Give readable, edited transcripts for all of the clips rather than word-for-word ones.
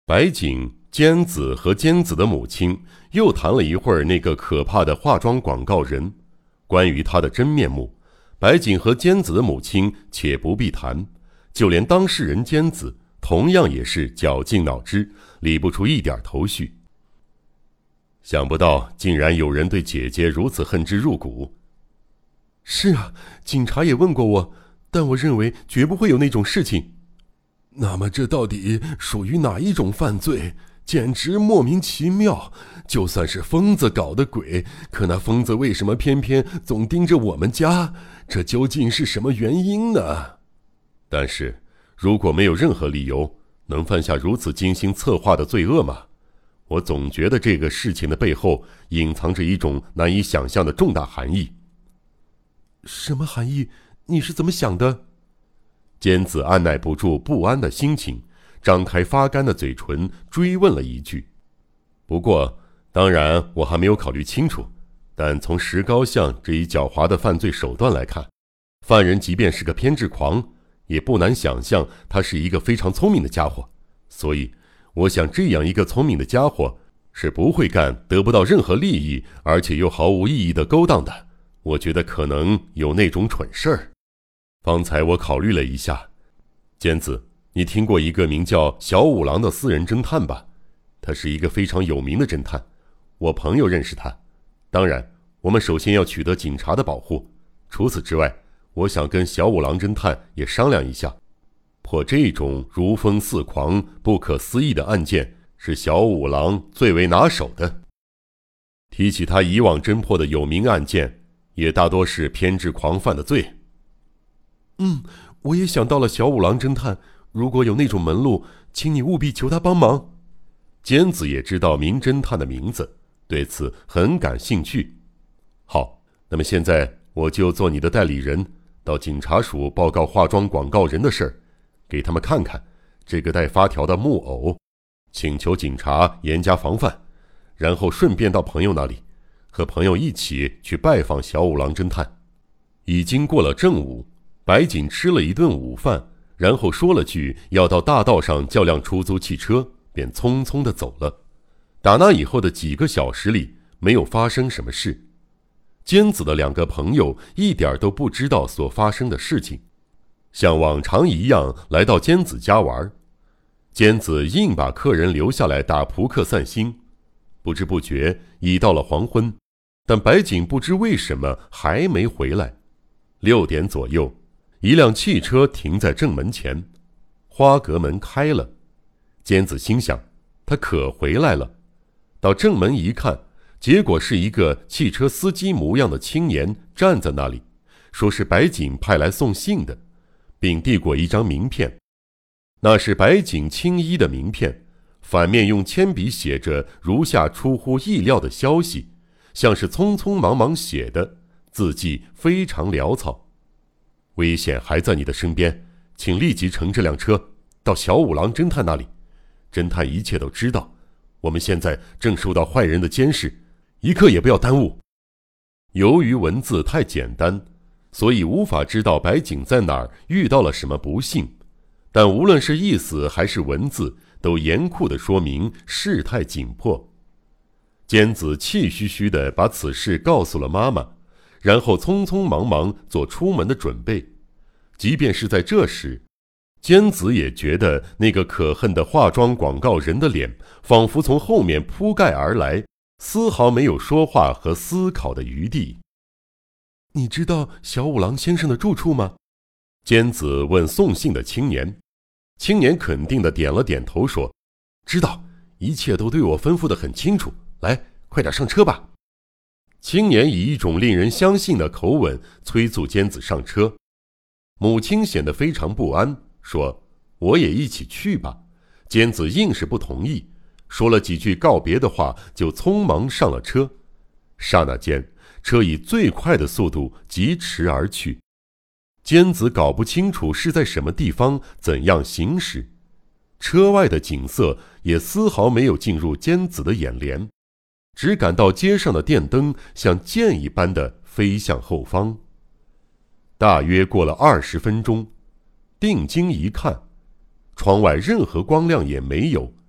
白井、坚子和坚子的母亲又谈了一会儿那个可怕的化妆广告人。关于他的真面目，白井和坚子的母亲且不必谈，就连当事人坚子同样也是绞尽脑汁，理不出一点头绪。想不到竟然有人对姐姐如此恨之入骨。 是啊，警察也问过我，但我认为绝不会有那种事情。那么这到底属于哪一种犯罪？简直莫名其妙。就算是疯子搞的鬼，可那疯子为什么偏偏总盯着我们家？这究竟是什么原因呢？ 但是如果没有任何理由，能犯下如此精心策划的罪恶吗？我总觉得这个事情的背后隐藏着一种难以想象的重大含义。 什么含义？你是怎么想的？ 坚子按耐不住不安的心情，张开发干的嘴唇追问了一句。不过当然我还没有考虑清楚，但从石膏像这一狡猾的犯罪手段来看，犯人即便是个偏执狂，也不难想象他是一个非常聪明的家伙。所以我想这样一个聪明的家伙是不会干得不到任何利益而且又毫无意义的勾当的。我觉得可能有那种蠢事儿。方才我考虑了一下，坚子，你听过一个名叫小五郎的私人侦探吧？他是一个非常有名的侦探，我朋友认识他。当然，我们首先要取得警察的保护。除此之外，我想跟小五郎侦探也商量一下，破这种如风似狂、不可思议的案件，是小五郎最为拿手的。提起他以往侦破的有名案件，也大多是偏执狂犯的罪。 我也想到了小五郎侦探，如果有那种门路，请你务必求他帮忙。 坚子也知道名侦探的名字，对此很感兴趣。好，那么现在我就做你的代理人，到警察署报告化妆广告人的事儿，给他们看看这个带发条的木偶，请求警察严加防范，然后顺便到朋友那里，和朋友一起去拜访小五郎侦探。已经过了正午，白井吃了一顿午饭，然后说了句要到大道上叫辆出租汽车，便匆匆地走了。打那以后的几个小时里，没有发生什么事。坚子的两个朋友一点都不知道所发生的事情，像往常一样来到坚子家玩。坚子硬把客人留下来打扑克散心，不知不觉已到了黄昏，但白井不知为什么还没回来。6点左右，一辆汽车停在正门前，花格门开了。坚子心想，他可回来了。到正门一看，结果是一个汽车司机模样的青年站在那里，说是白井派来送信的，并递过一张名片。那是白井青衣的名片，反面用铅笔写着如下出乎意料的消息，像是匆匆忙忙写的，字迹非常潦草。危险还在你的身边，请立即乘这辆车到小五郎侦探那里。侦探一切都知道，我们现在正受到坏人的监视，一刻也不要耽误。由于文字太简单，所以无法知道白井在哪儿遇到了什么不幸，但无论是意思还是文字，都严酷地说明事态紧迫。坚子气吁吁地把此事告诉了妈妈，然后匆匆忙忙做出门的准备。即便是在这时，坚子也觉得那个可恨的化妆广告人的脸仿佛从后面铺盖而来，丝毫没有说话和思考的余地。 你知道小五郎先生的住处吗？ 坚子问送信的青年。青年肯定地点了点头说，知道，一切都对我吩咐得很清楚，来，快点上车吧。青年以一种令人相信的口吻催促坚子上车。母亲显得非常不安，说，我也一起去吧。坚子硬是不同意，说了几句告别的话，就匆忙上了车。刹那间，车以最快的速度疾驰而去。坚子搞不清楚是在什么地方怎样行驶，车外的景色也丝毫没有进入坚子的眼帘，只感到街上的电灯像箭一般的飞向后方。大约过了20分钟，定睛一看，窗外任何光亮也没有，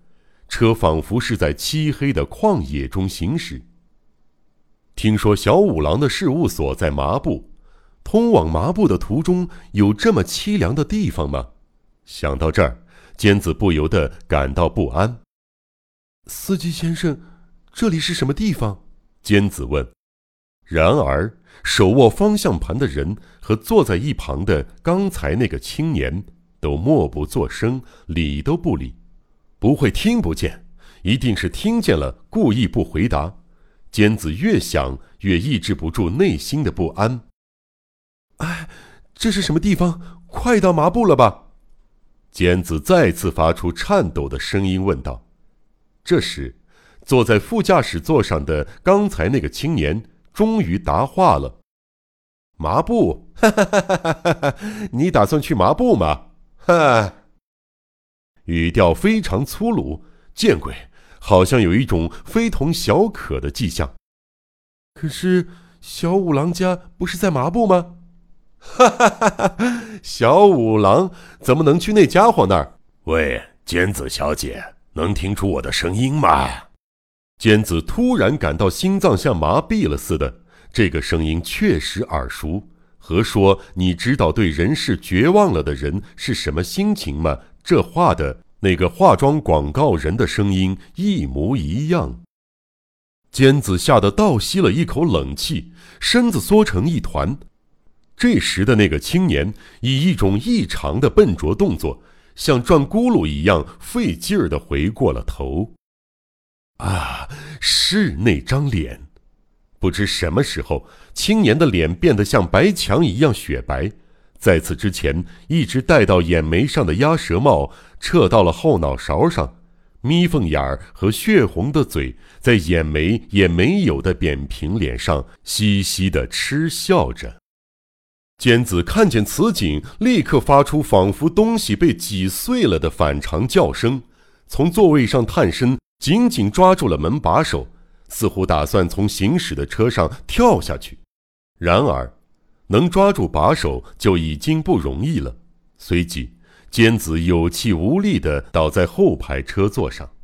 车仿佛是在漆黑的旷野中行驶。听说小五郎的事务所在麻布，通往麻布的途中有这么凄凉的地方吗？想到这儿，坚子不由得感到不安。 司机先生，这里是什么地方？ 坚子问。然而手握方向盘的人和坐在一旁的刚才那个青年都默不作声，理都不理。不会听不见，一定是听见了，故意不回答。坚子越想越抑制不住内心的不安。 哎，这是什么地方？快到麻布了吧？ 坚子再次发出颤抖的声音问道。这时，坐在副驾驶座上的刚才那个青年终于答话了。麻布，哈哈哈哈哈哈！你打算去麻布吗？哈！语调非常粗鲁，见鬼，好像有一种非同小可的迹象。 可是小五郎家不是在麻布吗？ 哈哈哈哈！小五郎怎么能去那家伙那儿？喂，坚子小姐，能听出我的声音吗？坚子突然感到心脏像麻痹了似的，这个声音确实耳熟，和说你知道对人世绝望了的人是什么心情吗？这话的那个化妆广告人的声音一模一样。坚子吓得倒吸了一口冷气，身子缩成一团。这时的那个青年以一种异常的笨拙动作，像转轱辘一样费劲儿地回过了头。啊，是那张脸。不知什么时候，青年的脸变得像白墙一样雪白。在此之前，一直戴到眼眉上的鸭舌帽撤到了后脑勺上，眯缝眼儿和血红的嘴在眼眉也没有的扁平脸上嘻嘻地嗤笑着。坚子看见此景，立刻发出仿佛东西被挤碎了的反常叫声，从座位上探身，紧紧抓住了门把手，似乎打算从行驶的车上跳下去。然而能抓住把手就已经不容易了，随即坚子有气无力地倒在后排车座上。